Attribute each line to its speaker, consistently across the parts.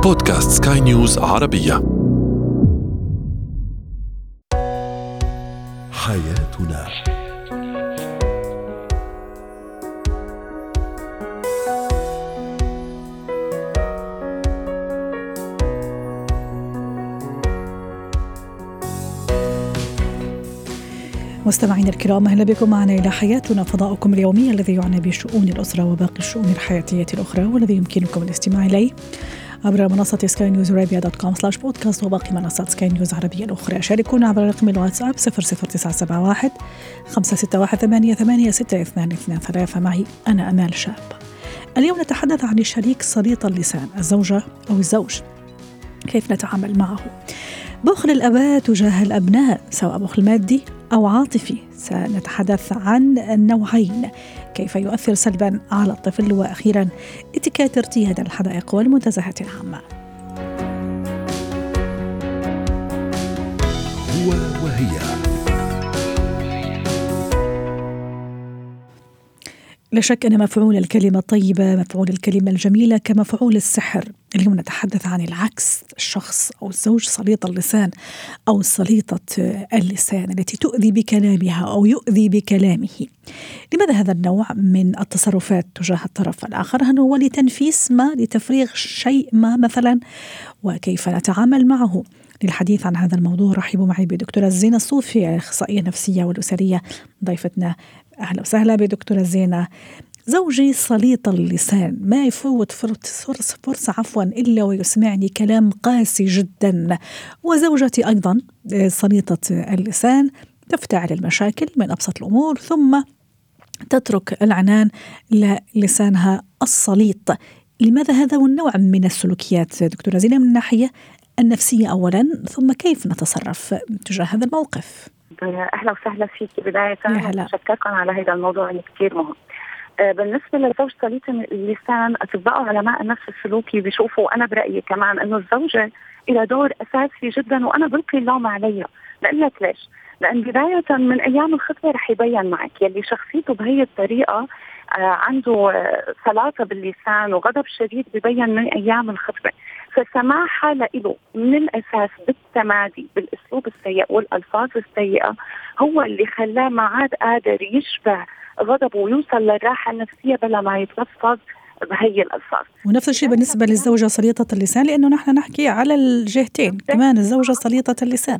Speaker 1: بودكاست سكاي نيوز عربية. حياتنا.
Speaker 2: مستمعين الكرام، أهلا بكم معنا إلى حياتنا، فضاؤكم اليومي الذي يعنى بشؤون الأسرة وباقي الشؤون الحياتية الأخرى، والذي يمكنكم الاستماع إليه عبر منصة skynewsarabia.com/podcast وباقي منصات سكاي نيوز عربية الأخرى. شاركونا عبر رقم الواتساب 00971 561 886223. معي أنا أمال شاب. اليوم نتحدث عن الشريك سليط اللسان، الزوجة أو الزوج، كيف نتعامل معه. بخل الآباء تجاه الأبناء، سواء بخل مادي أو عاطفي. سنتحدث عن النوعين، كيف يؤثر سلبا على الطفل، وأخيرا اتكات ارتياد الحدائق والمنتزهات العامة.
Speaker 1: هو وهي.
Speaker 2: لا شك أن مفعول الكلمة الطيبة، مفعول الكلمة الجميلة كمفعول السحر. اليوم نتحدث عن العكس، الشخص أو الزوج سليط اللسان أو سليطة اللسان التي تؤذي بكلامها أو يؤذي بكلامه. لماذا هذا النوع من التصرفات تجاه الطرف الآخر؟ هل هو لتنفيس ما، لتفريغ شيء ما مثلا؟ وكيف نتعامل معه؟ للحديث عن هذا الموضوع رحبوا معي بدكتورة زينة الصوفي، أخصائية نفسية والأسرية، ضيفتنا. أهلا وسهلا بدكتورة زينة. زوجي سليط اللسان، ما يفوت فرصة إلا ويسمعني كلام قاسي جدا، وزوجتي أيضا سليطة اللسان، تفتعل المشاكل من أبسط الأمور ثم تترك العنان للسانها السليط. لماذا هذا النوع من السلوكيات دكتورة زينة من الناحية النفسية أولا، ثم كيف نتصرف تجاه هذا الموقف؟
Speaker 3: أهلا وسهلا فيك بداية، وشكرا على هذا الموضوع اللي كتير مهم. بالنسبة للزوج سليط اللسان، أطباء علماء النفس السلوكي بيشوفوا، أنا برأيي كمان، أنه الزوجة إلى دور أساسي جدا، وأنا بلقي اللوم عليها. لأن لك ليش؟ لأن بداية من أيام الخطبة رح يبين معك يلي شخصيته بهي الطريقة عنده سلاطة باللسان وغضب شديد، ببين من أيام الخطبة. فسماحها له من الأساس بالتمادي بالأسلوب السيء والألفاظ السيئة هو اللي خلاه ما عاد قادر يشبع غضبه ويوصل للراحة النفسية بلا ما يتلفظ بهي الألفاظ.
Speaker 2: ونفس الشيء بالنسبة للزوجة سليطة اللسان، لأنه نحن نحكي على الجهتين، كمان الزوجة سليطة اللسان،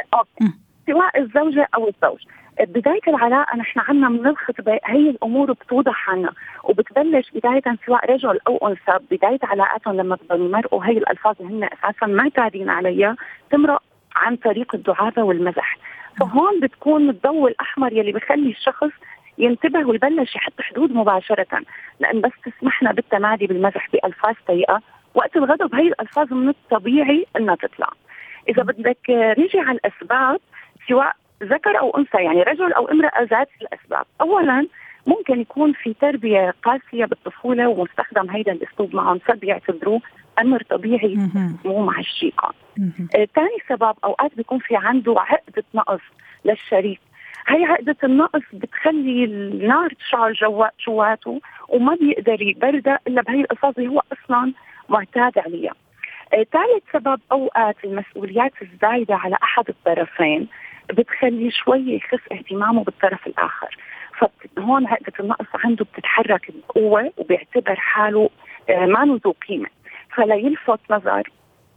Speaker 3: سواء الزوجة أو الزوج. بداية العلاقة نحن عنا من الخطبة هي الأمور بتوضح عنا، وبتبلش بداية سواء رجل أو أنثى، بداية علاقاتهم لما بدهم يمرقوا هي الألفاظ اللي هن أساسا ما تعدين عليها تمرق عن طريق الدعابة والمزح. فهون بتكون الضوء الأحمر يلي بخلي الشخص ينتبه ويبلش يحط حدود مباشرة، لأن بس تسمحنا بالتمادي بالمزح بألفاظ سيئة، وقت الغضب هي الألفاظ من الطبيعي أنها تطلع. إذا بدك نيجي على الأسباب، سواء ذكر أو أنثى، يعني رجل أو امرأة، ذات الأسباب. أولا ممكن يكون في تربية قاسية بالطفولة ومستخدم هيدا الأسلوب معهم، فبيعتبروه أمر طبيعي مو مع الشيقة. ثاني سبب، أوقات بيكون في عنده عقدة نقص للشريك. هي عقدة النقص بتخلي النار تشعل جواته وما بيقدر يبردها إلا بهي الألفاظ اللي هو أصلا معتاد عليها. ثالث سبب، أوقات المسؤوليات الزايدة على أحد الطرفين بتخلي شوي يخف اهتمامه بالطرف الآخر، فهون عقدة النقص عنده بتتحرك بقوة وبيعتبر حاله ما له ذو قيمة، فلا يلفت نظر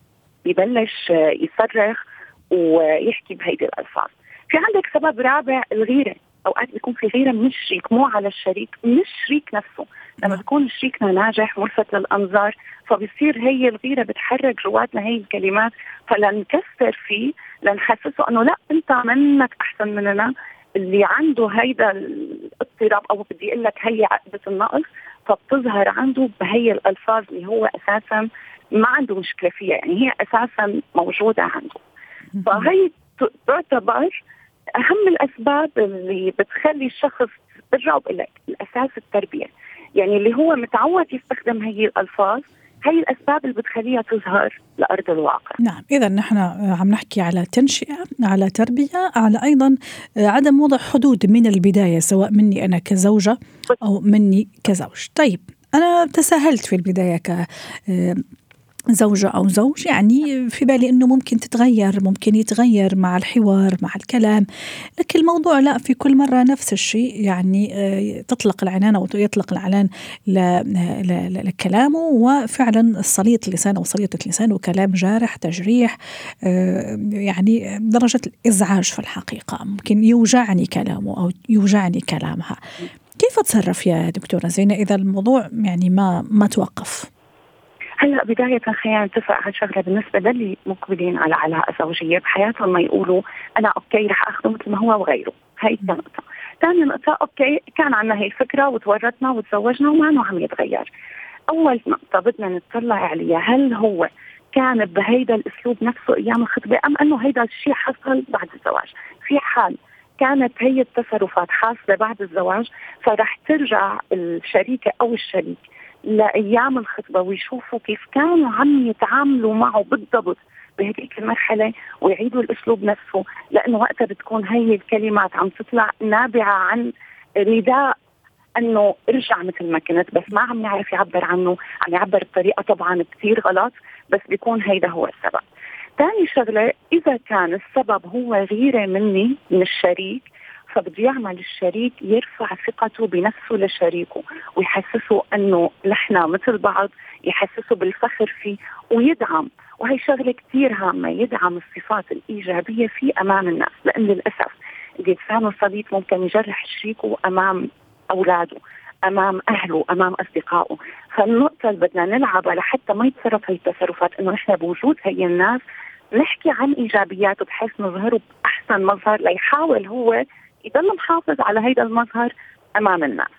Speaker 3: يبلش يصرخ ويحكي بهيدي الألفاظ. في عندك سبب رابع، الغيرة. أوقات بيكون في غيرة من الشريك، مو على الشريك، من الشريك نفسه. لما بيكون شريكنا ناجح ملفت للأنظار، فبصير هي الغيرة بتحرك جواتنا هي الكلمات، فلنكسر فيه، لنحسسه أنه لا، أنت منك أحسن مننا. اللي عنده هيدا الاضطراب، أو بدي أقول لك هي عقدة النقص، فبتظهر عنده بهي الألفاظ اللي هو أساسا ما عنده مشكلة فيها، يعني هي أساسا موجودة عنده. فهي تعتبر أهم الأسباب اللي بتخلي الشخص، برجع بقول لك الأساس التربية، يعني اللي هو متعود يستخدم هي الألفاظ، هي الأسباب اللي بتخليها تظهر لأرض الواقع.
Speaker 2: نعم، إذا نحن عم نحكي على تنشئة، على تربية، على أيضا عدم وضع حدود من البداية، سواء مني أنا كزوجة أو مني كزوج. طيب، أنا تساهلت في البداية زوجة أو زوج، يعني في بالي أنه ممكن تتغير، ممكن يتغير مع الحوار مع الكلام، لكن الموضوع لا، في كل مرة نفس الشيء، يعني تطلق العنان أو يطلق العنان لكلامه، وفعلا صليط اللسان أو صليطة اللسان وكلام جارح تجريح، يعني درجة الإزعاج في الحقيقة، ممكن يوجعني كلامه أو يوجعني كلامها. كيف أتصرف يا دكتورة زينة إذا الموضوع يعني ما توقف؟
Speaker 3: هلا بداية خلينا نتفق على شغلة بالنسبة للي مقبلين على علاقة زوجية بحياتهم، ما يقولوا أنا أوكي رح أخذه مثل ما هو وغيره. هاي نقطة. ثاني نقطة، أوكي كان عنا هي الفكرة وتورطنا وتزوجنا وما أنه عم يتغير. أول نقطة بدنا نطلع عليها، هل هو كان بهيدا الأسلوب نفسه أيام الخطبة أم أنه هيدا الشيء حصل بعد الزواج؟ في حال كانت هي التصرفات حاصلة بعد الزواج، فرح ترجع الشريكة أو الشريك لأيام الخطبة ويشوفوا كيف كانوا عم يتعاملوا معه بالضبط بهذيك المرحلة، ويعيدوا الأسلوب نفسه، لأنه وقتها بتكون هي الكلمات عم تطلع نابعة عن نداء أنه ارجع مثل ما كنت، بس ما عم يعرف يعبر عنه، عم يعبر بطريقة طبعا كتير غلط، بس بيكون هيدا هو السبب. ثاني شغلة، إذا كان السبب هو غيرة مني من الشريك، فبده يعمل الشريك يرفع ثقته بنفسه لشريكه ويحسسه أنه نحن مثل بعض، يحسسه بالفخر فيه ويدعم. وهي شغلة كتير هامة، يدعم الصفات الإيجابية فيه أمام الناس، لأن للأسف الإنسان الصديق ممكن يجرح شريكه أمام أولاده، أمام أهله، أمام أصدقائه. فالنقطة اللي بدنا نلعبها لحتى ما يتصرف هي التصرفات، إنه نحن بوجود هي الناس نحكي عن إيجابياته بحيث نظهره بأحسن مظهر، ليحاول هو يضل محافظ على هيدا المظهر أمام الناس.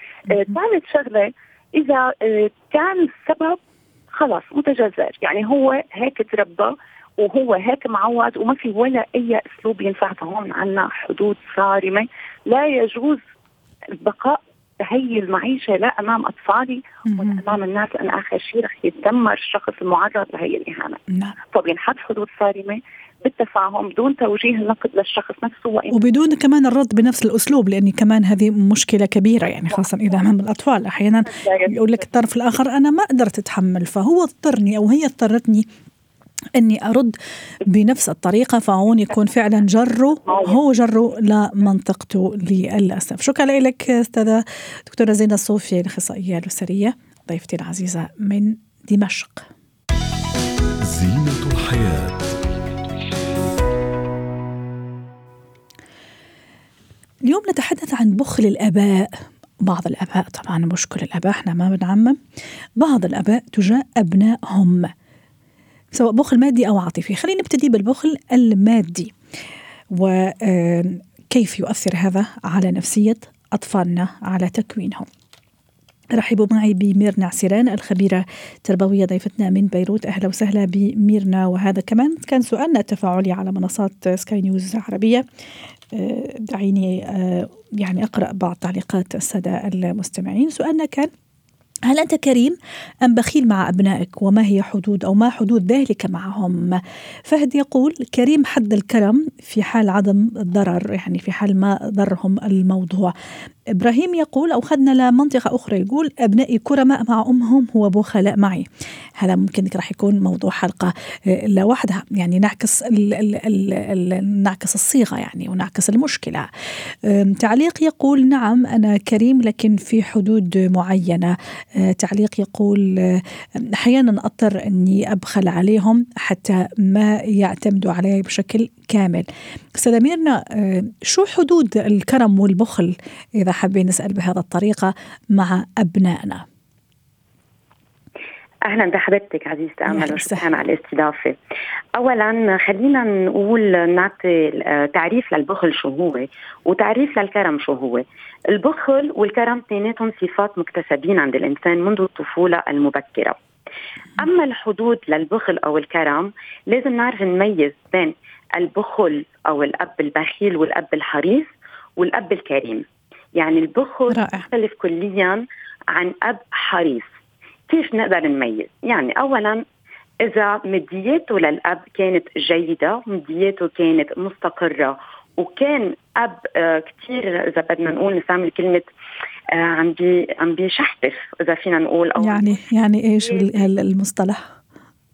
Speaker 3: ثالث شغلة، إذا كان السبب خلاص متجذر، يعني هو هيك تربى وهو هيك معود وما في ولا أي أسلوب ينفع، فهون عنا حدود صارمة. لا يجوز البقاء هي المعيشة لا أمام أطفالي ولا أمام الناس، لأن آخر شيء رح يتدمر الشخص المعرض لهي الإهانة. فبينحط حدود صارمة بالتفاهم بدون توجيه النقد للشخص نفسه،
Speaker 2: وبدون كمان الرد بنفس الأسلوب، لأني كمان هذه مشكلة كبيرة، يعني خاصة إذا أمام الأطفال أحيانا يقول لك الطرف الآخر أنا ما قدرت أتحمل، فهو اضطرني أو هي اضطرتني أني أرد بنفس الطريقة، فهون يكون فعلا هو جره لمنطقته للأسف. شكرا لك أستاذة دكتورة زينة الصوفي، الأخصائية الأسرية، ضيفتي العزيزة من دمشق.
Speaker 1: زينة الحياة.
Speaker 2: اليوم نتحدث عن بخل الآباء. بعض الآباء، طبعا مش كل الآباء، احنا ما بنعمم، بعض الآباء تجاه أبنائهم، سواء بخل مادي أو عاطفي. خلينا نبتدي بالبخل المادي، وكيف يؤثر هذا على نفسية أطفالنا، على تكوينهم. رحبوا معي بميرنا عسيران، الخبيرة التربوية، ضيفتنا من بيروت. أهلا وسهلا بميرنا. وهذا كمان كان سؤالنا التفاعلي على منصات سكاي نيوز عربية. دعيني يعني أقرأ بعض تعليقات السادة المستمعين. سؤالنا كان: هل أنت كريم أم بخيل مع أبنائك؟ وما هي حدود أو ما حدود ذلك معهم؟ فهد يقول: كريم حد الكرم في حال عدم الضرر، يعني في حال ما ضرهم الموضوع. إبراهيم يقول، أو خدنا لمنطقة أخرى، يقول: أبنائي كرماء مع أمهم وبخلاء معي. هذا ممكن راح يكون موضوع حلقة لوحدها، يعني نعكس الصيغة يعني ونعكس المشكلة. تعليق يقول: نعم أنا كريم لكن في حدود معينة. تعليق يقول: أحيانا أضطر أني أبخل عليهم حتى ما يعتمدوا علي بشكل كامل. أستاذة ميرنا، شو حدود الكرم والبخل إذا حابين نسأل بهذا الطريقة مع أبنائنا؟
Speaker 4: أهلا بحضرتك عزيزتي أمل، وشكرا على الاستضافة. أولا خلينا نقول نعطي تعريف للبخل شو هو وتعريف للكرم شو هو. البخل والكرم اثنيناتهم صفات مكتسبين عند الإنسان منذ الطفولة المبكرة. أما الحدود للبخل أو الكرم، لازم نعرف نميز بين البخل أو الأب البخيل والأب الحريص والأب الكريم. يعني البخل يختلف كليا عن أب حريص. كيف نقدر نميز؟ يعني أولا إذا مدياته للأب كانت جيدة، مدياته كانت مستقرة، وكان أب كتير إذا بدنا نقول نستعمل كلمة عم بيشحتف إذا فينا نقول، أو
Speaker 2: يعني إيش المصطلح؟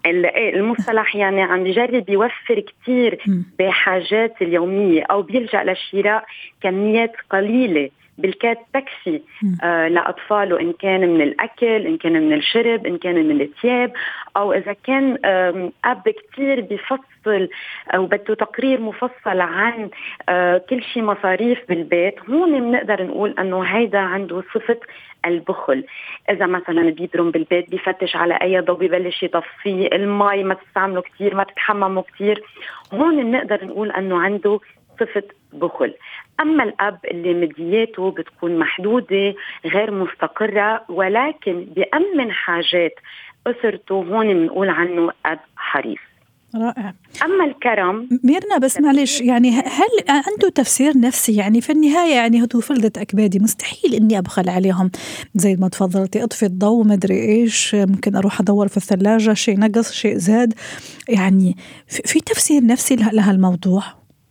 Speaker 4: المصطلح يعني عم يجرب يوفر كتير بحاجات اليومية أو بيلجأ لشراء كميات قليلة بالكاد تكفي لأطفاله، إن كان من الأكل، إن كان من الشرب، إن كان من الثياب، أو إذا كان أب كتير بيفصل أو بده تقرير مفصل عن كل شيء مصاريف بالبيت. هون بنقدر نقول أنه هيدا عنده صفة البخل. إذا مثلا بيبرم بالبيت بيفتش على أي ضوء ببلش يطفيه، المي ما تستعمله كتير، ما تتحممه كتير، هون بنقدر نقول أنه عنده صفة بخل. أما الأب اللي مادياته بتكون محدودة غير مستقرة ولكن بيأمن حاجات أسرته، هون بنقول عنه أب حريص.
Speaker 2: رائع.
Speaker 4: أما الكرم
Speaker 2: ميرنا، بس معلش يعني هل عنده تفسير نفسي؟ يعني في النهاية يعني هدو فلدة أكبادي، مستحيل إني أبخل عليهم زي ما تفضلتي، أطفي الضوء ما أدري إيش، ممكن أروح أدور في الثلاجة شيء نقص شيء زاد، يعني في تفسير نفسي لها الموضوع؟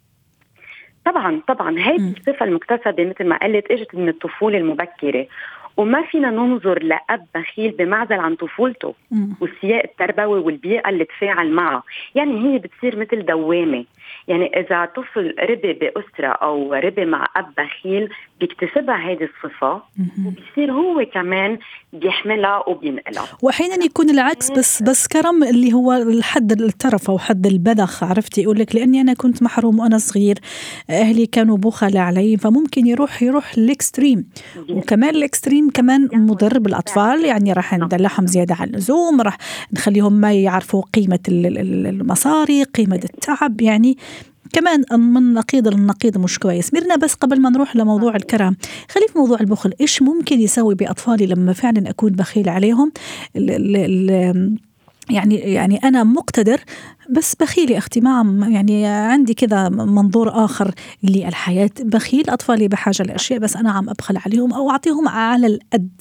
Speaker 4: طبعا هذه الصفة المكتسبة مثل ما قلت اجت من الطفولة المبكرة، وما فينا ننظر لأب بخيل بمعزل عن طفولته والسياق التربوي والبيئة اللي تفاعل معه. يعني هي بتصير مثل دوامة. يعني إذا طفل ربي بأسرة أو ربي مع أب بخيل بيكتسبها هذه الصفة وبيصير هو كمان بيحملها وبينقلها.
Speaker 2: وأحيانا يكون العكس، بس كرم اللي هو الحد الترف أو حد البذخ، عرفتي، يقولك لأني أنا كنت محروم وأنا صغير، أهلي كانوا بخل علي، فممكن يروح الإكستريم. وكمان الإكستريم كمان مضر بالأطفال، يعني راح ندلعهم زيادة عن اللزوم، راح نخليهم ما يعرفوا قيمة المصاري، قيمة التعب، يعني كمان من نقيض للنقيض مش كويس. ميرنا، بس قبل ما نروح لموضوع الكرم، خلي في موضوع البخل، إيش ممكن يسوي بأطفالي لما فعلا أكون بخيل عليهم؟ يعني أنا مقتدر بس بخيلي أختي، يعني عندي كذا منظور آخر للحياة، بخيل، أطفالي بحاجة لأشياء بس أنا عم أبخل عليهم أو أعطيهم على القد.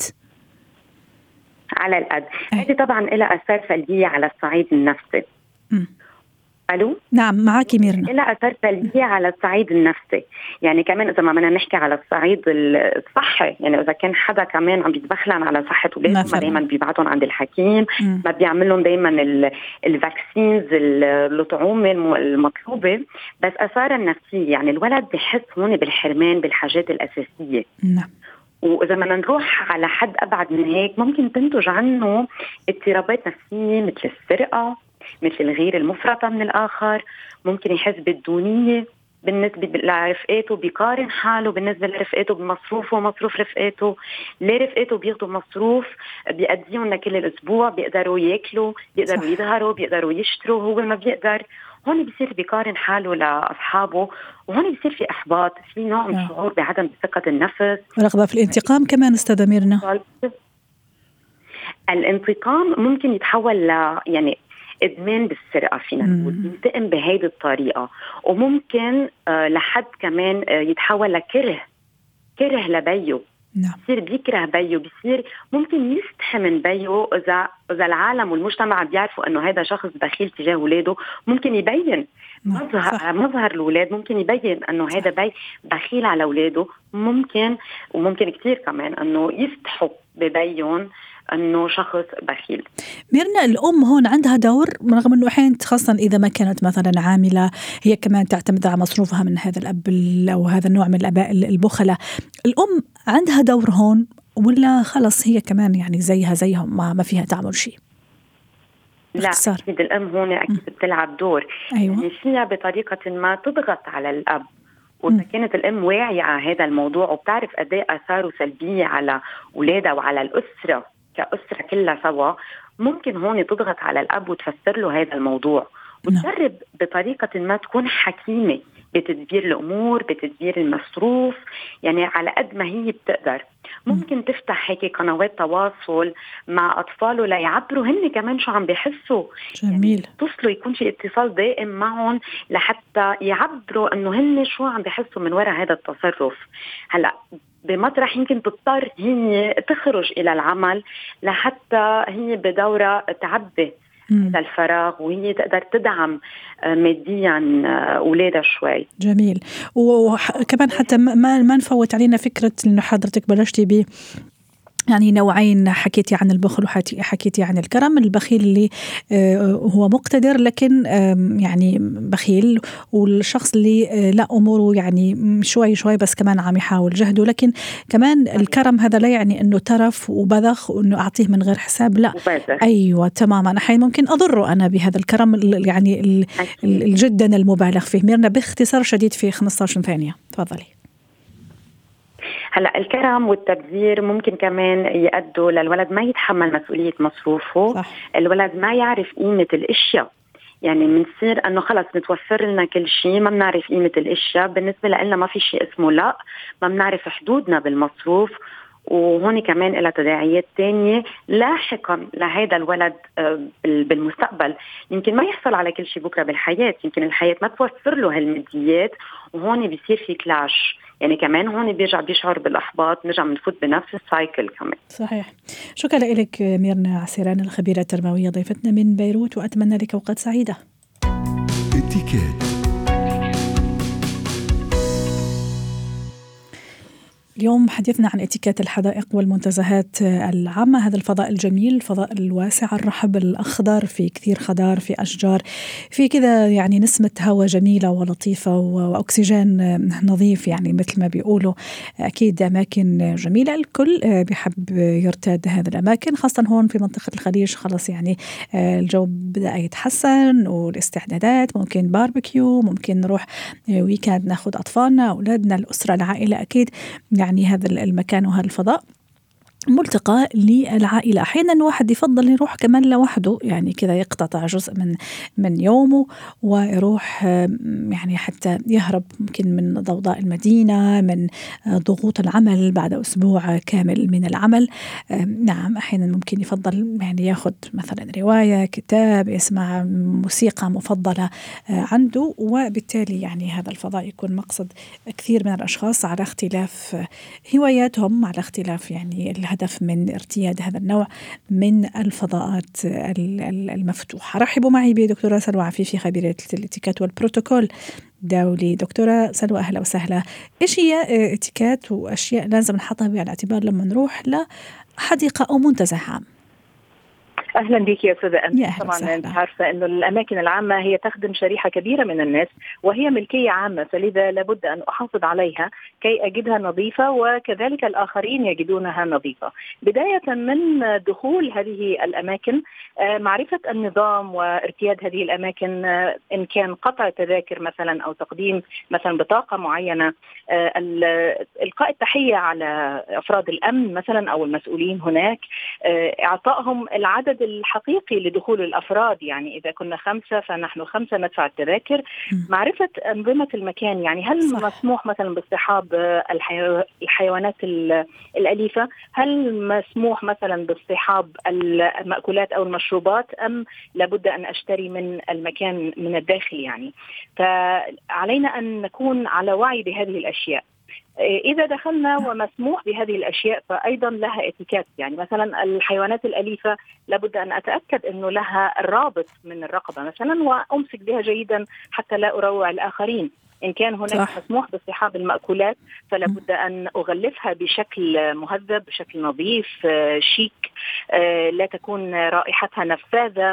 Speaker 4: هذه طبعا لها آثار سلبية على الصعيد النفسي. ألو؟
Speaker 2: نعم معاكي ميرنا.
Speaker 4: لها آثار سلبية على الصعيد النفسي، يعني كمان إذا ما بدنا نحكي على الصعيد الصحي، يعني إذا كان حدا كمان عم بيتبخلن على صحة أولاده ما دايما بيبعتهم عند الحكيم، ما بيعملهم دايما الفاكسينز الطعومة المطلوبة، بس آثار النفسية يعني الولد بيحس هون بالحرمان بالحاجات الأساسية. وإذا بدنا نروح على حد أبعد من هيك ممكن تنتج عنه اضطرابات نفسية مثل السرقة، مثل الغير المفرطة من الآخر، ممكن يحس بالدونية بالنسبة لرفقاته، بيقارن حاله بالنسبة لرفقاته بمصروفه ومصروف رفقاته، ليه رفقاته بياخدوا مصروف بيأديهم لكل الأسبوع، بيقدروا يأكلوا، بيقدروا يظهروا، بيقدروا يشتروا، هو ما بيقدر. هون بيصير بيقارن حاله لأصحابه، وهون بيصير في إحباط، في نوع من الشعور بعدم ثقة النفس،
Speaker 2: رغبة في الانتقام كمان. أستاذة ميرنا،
Speaker 4: الانتقام ممكن يتحول يعني إدمان بالسرقة، فينا نقول ينتقم بهيدي الطريقة، وممكن لحد كمان يتحول لكره لبيه. بيصير بيكره بيه، بيصير ممكن يستحي من بيه. إذا العالم والمجتمع بيعرفوا أنه هذا شخص بخيل تجاه ولاده، ممكن يبين مظهر الولاد، ممكن يبين أنه هذا بي بخيل على ولاده، وممكن كتير كمان أنه يستحوا ببيهم أنه شخص بخيل.
Speaker 2: ميرنا، الأم هون عندها دور، رغم أنه أحيانا خاصة إذا ما كانت مثلا عاملة، هي كمان تعتمد على مصروفها من هذا الأب أو هذا النوع من الآباء البخلة. الأم عندها دور هون ولا خلص هي كمان يعني زيهم ما فيها تعمل شيء؟
Speaker 4: لا، أكيد الأم هون أكيد بتلعب دور.
Speaker 2: أيوة.
Speaker 4: يعني فيها بطريقة ما تضغط على الأب، وإذا كانت الأم واعية على هذا الموضوع وبتعرف قد إيه آثاره سلبية على أولادها وعلى الأسرة كأسرة كلها سوا، ممكن هون تضغط على الأب وتفسر له هذا الموضوع، وتجرب بطريقة ما تكون حكيمة بتدبير الأمور، بتدبير المصروف، يعني على قد ما هي بتقدر. ممكن تفتح هيك قنوات تواصل مع أطفاله ليعبروا هن كمان شو عم بيحسوا.
Speaker 2: جميل.
Speaker 4: يعني تصلوا يكون في اتصال دائم معهم لحتى يعبروا أنه هن شو عم بيحسوا من وراء هذا التصرف. هلأ بمطرح يمكن تضطر هي تخرج إلى العمل لحتى هي بدورة تعبي هذا الفراغ، وهي تقدر تدعم ماديا أولادها شوي.
Speaker 2: جميل. وكمان حتى ما نفوت علينا فكرة إنه حضرتك بلشتي يعني نوعين، حكيتي عن البخل وحكيتي عن الكرم. البخيل اللي هو مقتدر لكن يعني بخيل، والشخص اللي لا أموره يعني شوي شوي بس كمان عم يحاول جهده. لكن كمان الكرم هذا لا يعني أنه ترف وبذخ وأنه أعطيه من غير حساب، لا. أيوة تماما. أحيانا ممكن أضره أنا بهذا الكرم يعني جدا المبالغ فيه. ميرنا باختصار شديد في 15 ثانية تفضلي.
Speaker 4: هلا الكرم والتبذير ممكن كمان يؤدوا للولد ما يتحمل مسؤولية مصروفه. صح. الولد ما يعرف قيمة الاشياء، يعني منصير انه خلص متوفر لنا كل شيء، ما بنعرف قيمة الاشياء. بالنسبة لنا ما في شيء اسمه لا، ما بنعرف حدودنا بالمصروف. وهون كمان لها تداعيات تانية لاحقا لهذا الولد بالمستقبل. يمكن ما يحصل على كل شيء بكرة بالحياة، يمكن الحياة ما توفر له هالماديات، وهون بيصير في كلاش. يعني كمان هون بيشعر بالإحباط، نرجع بنفوت بنفس السايكل كمان.
Speaker 2: صحيح. شكرا لك ميرنا عسيران الخبيرة التربوية ضيفتنا من بيروت، وأتمنى لك أوقات سعيدة. اليوم حديثنا عن اتيكيت الحدائق والمنتزهات العامة، هذا الفضاء الجميل، الفضاء الواسع الرحب الأخضر، في كثير خضار، في أشجار، في كذا يعني نسمة هواء جميلة ولطيفة وأكسجين نظيف، يعني مثل ما بيقولوا. أكيد أماكن جميلة، الكل بيحب يرتاد هذه الأماكن، خاصة هون في منطقة الخليج. خلاص يعني الجو بدأ يتحسن والاستعدادات، ممكن باربيكيو، ممكن نروح ويكند ناخد أطفالنا أولادنا الأسرة العائلة. أكيد يعني هذا المكان وهذا الفضاء ملتقى للعائلة. أحيانا الواحد يفضل يروح كمان لوحده، يعني كذا يقتطع جزء من يومه ويروح يعني حتى يهرب ممكن من ضوضاء المدينة، من ضغوط العمل بعد أسبوع كامل من العمل. نعم أحيانا ممكن يفضل يعني ياخد مثلا رواية، كتاب، يسمع موسيقى مفضلة عنده، وبالتالي يعني هذا الفضاء يكون مقصد كثير من الأشخاص على اختلاف هواياتهم، على اختلاف يعني الهدف من ارتياد هذا النوع من الفضاءات المفتوحة. رحبوا معي بدكتورة سلوى عفيفي، خبيرة الاتيكيت والبروتوكول دولي. دكتورة سلوى أهلا وسهلا. إيش هي اتيكيت وأشياء لازم نحطها بعين الاعتبار لما نروح لحديقة أو منتزه عام؟
Speaker 5: أهلا بك يا أستاذة أمل. طبعا أنت عارفة أنه الأماكن العامة هي تخدم شريحة كبيرة من الناس، وهي ملكية عامة، فلذا لابد أن أحافظ عليها كي أجدها نظيفة وكذلك الآخرين يجدونها نظيفة. بداية من دخول هذه الأماكن، معرفة النظام وارتياد هذه الأماكن، إن كان قطع تذاكر مثلا أو تقديم مثلا بطاقة معينة، إلقاء التحية على أفراد الأمن مثلا أو المسؤولين هناك، إعطائهم العدد الحقيقي لدخول الأفراد، يعني إذا كنا 5 فنحن 5 ندفع التذاكر. معرفة أنظمة المكان، يعني هل مسموح مثلا باصطحاب الحيوانات الأليفة؟ هل مسموح مثلا باصطحاب المأكولات أو المشروبات، أم لابد أن أشتري من المكان من الداخل؟ يعني فعلينا أن نكون على وعي بهذه الأشياء. إذا دخلنا ومسموح بهذه الأشياء فأيضا لها اتيكيت، يعني مثلا الحيوانات الأليفة لابد أن أتأكد أنه لها الرابط من الرقبة مثلا، وأمسك بها جيدا حتى لا أروع الآخرين. إن كان هناك مسموح باصطحاب المأكولات فلابد أن أغلفها بشكل مهذب، بشكل نظيف شيك، لا تكون رائحتها نفاذة،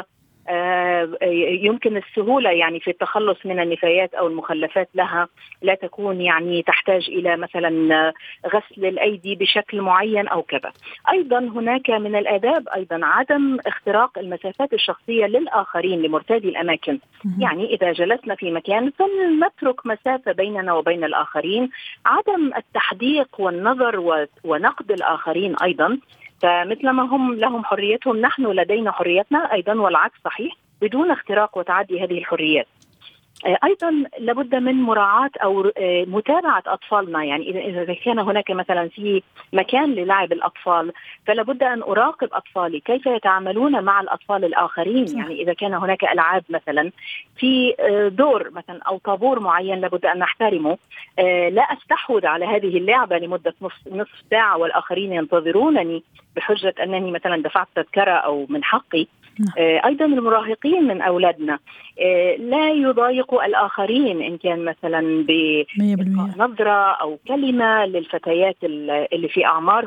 Speaker 5: يمكن السهولة يعني في التخلص من النفايات أو المخلفات لها، لا تكون يعني تحتاج إلى مثلا غسل الأيدي بشكل معين أو كذا. أيضا هناك من الآداب أيضا عدم اختراق المسافات الشخصية للآخرين لمرتادي الأماكن. يعني إذا جلسنا في مكان فلنترك مسافة بيننا وبين الآخرين، عدم التحديق والنظر ونقد الآخرين أيضا. فمثل ما هم لهم حريتهم نحن لدينا حريتنا أيضا، والعكس صحيح، بدون اختراق وتعدي هذه الحريات. أيضا لابد من مراعاة أو متابعة أطفالنا، يعني إذا كان هناك مثلا في مكان للعب الأطفال فلابد أن أراقب أطفالي كيف يتعاملون مع الأطفال الآخرين. يعني إذا كان هناك ألعاب مثلا في دور مثلا أو طابور معين لابد أن نحترمه، لا أستحوذ على هذه اللعبة لمدة نصف ساعة والآخرين ينتظرونني بحجة أنني مثلا دفعت تذكرة أو من حقي. أيضا المراهقين من أولادنا لا يضايقوا الآخرين، إن كان مثلا بنظرة أو كلمة للفتيات اللي في أعمارهم،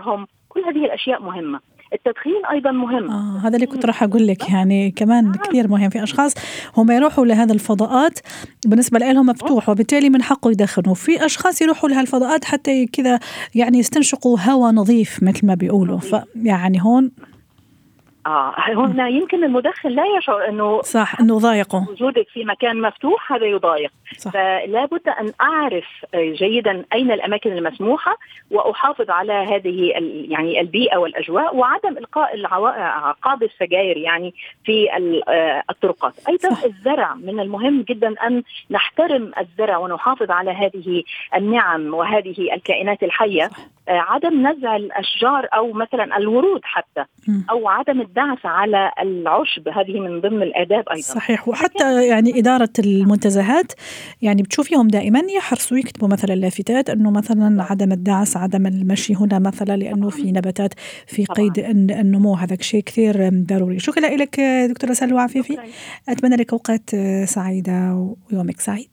Speaker 5: كل هذه الأشياء مهمة. التدخين أيضا مهم.
Speaker 2: هذا اللي كنت راح أقول لك، يعني كمان كثير مهم. في أشخاص هم يروحوا لهذا الفضاءات بالنسبة لهم مفتوح وبالتالي من حقه يدخنوا، في أشخاص يروحوا لها الفضاءات حتى كذا يعني يستنشقوا هواء نظيف مثل ما بيقولوا. فيعني هون
Speaker 5: هنا يمكن المدخن لا يشعر انه
Speaker 2: صح انه ضايقه
Speaker 5: وجودك في مكان مفتوح، هذا يضايق. فلا بد ان اعرف جيدا اين الاماكن المسموحه واحافظ على هذه يعني البيئه والاجواء، وعدم القاء عقاب السجاير يعني في الطرقات. ايضا صح. الزرع من المهم جدا ان نحترم الزرع ونحافظ على هذه النعم وهذه الكائنات الحيه. صح. عدم نزع الاشجار او مثلا الورود حتى، او عدم الدعس على العشب، هذه من ضمن الآداب أيضا.
Speaker 2: صحيح. وحتى يعني إدارة المنتزهات يعني بتشوفيهم دائما يحرصوا يكتبوا مثلا لافتات أنه مثلا عدم الدعس، عدم المشي هنا مثلا لأنه في نباتات في قيد النمو. هذا شيء كثير ضروري. شكرا لك دكتورة سلوى عفيفي، أتمنى لك أوقات سعيدة ويومك سعيد.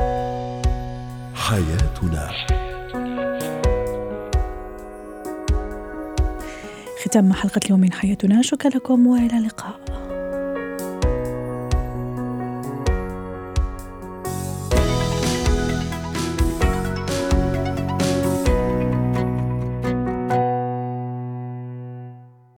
Speaker 1: حياتنا.
Speaker 2: ختام حلقة اليوم من حياتنا. شكرا لكم وإلى اللقاء.